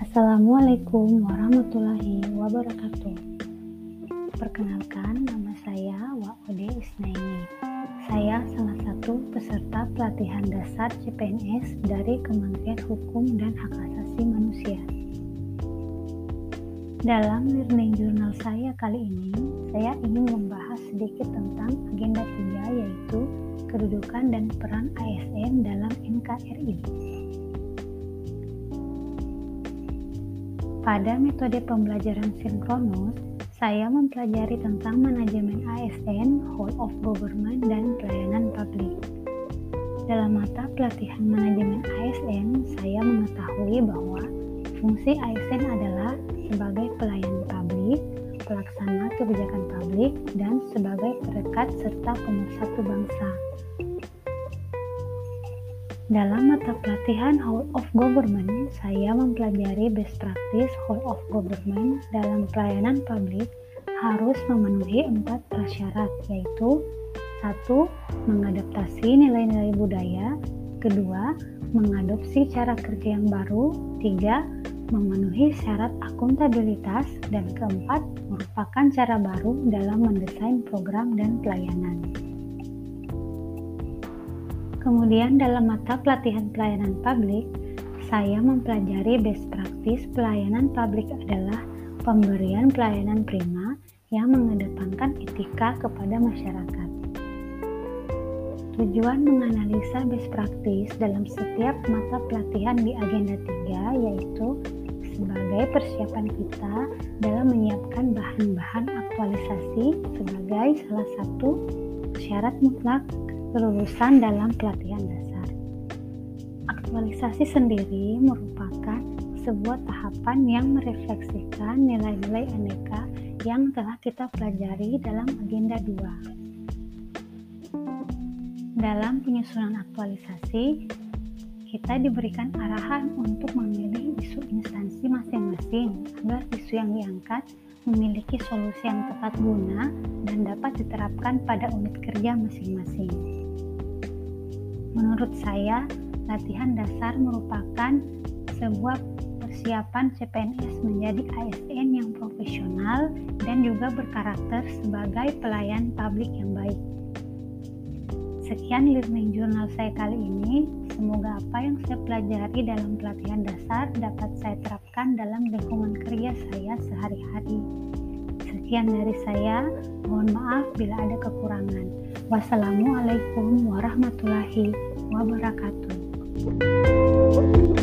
Assalamualaikum warahmatullahi wabarakatuh. Perkenalkan, nama saya Waode Isnaini. Saya salah satu peserta pelatihan dasar CPNS dari Kementerian Hukum dan Hak Asasi Manusia. Dalam learning journal saya kali ini, saya ingin membahas sedikit tentang agenda 3, yaitu kedudukan dan peran ASN dalam NKRI. Pada metode pembelajaran sinkronus, saya mempelajari tentang manajemen ASN, whole of government, dan pelayanan publik. Dalam mata pelatihan manajemen ASN, saya mengetahui bahwa fungsi ASN adalah sebagai pelayan publik, pelaksana kebijakan publik, dan sebagai perekat serta pemersatu bangsa. Dalam mata pelatihan Whole of Government, saya mempelajari best practice Whole of Government dalam pelayanan publik harus memenuhi 4 prasyarat, yaitu 1. Mengadaptasi nilai-nilai budaya, 2. Mengadopsi cara kerja yang baru, 3. Memenuhi syarat akuntabilitas, dan 4. Merupakan cara baru dalam mendesain program dan pelayanan. Kemudian dalam mata pelatihan pelayanan publik, saya mempelajari best practice pelayanan publik adalah pemberian pelayanan prima yang mengedepankan etika kepada masyarakat. Tujuan menganalisa best practice dalam setiap mata pelatihan di agenda 3 yaitu sebagai persiapan kita dalam menyiapkan bahan-bahan aktualisasi sebagai salah satu syarat mutlak kelulusan dalam pelatihan dasar. Aktualisasi sendiri merupakan sebuah tahapan yang merefleksikan nilai-nilai aneka yang telah kita pelajari dalam agenda 2. Dalam penyusunan aktualisasi, kita diberikan arahan untuk memilih isu instansi masing-masing agar isu yang diangkat memiliki solusi yang tepat guna dan dapat diterapkan pada unit kerja masing-masing. Menurut saya, latihan dasar merupakan sebuah persiapan CPNS menjadi ASN yang profesional dan juga berkarakter sebagai pelayan publik yang baik. Sekian learning journal saya kali ini. Semoga apa yang saya pelajari dalam pelatihan dasar dapat saya terapkan dalam lingkungan kerja saya sehari-hari. Sekian dari saya, mohon maaf bila ada kekurangan. Wassalamualaikum warahmatullahi wabarakatuh.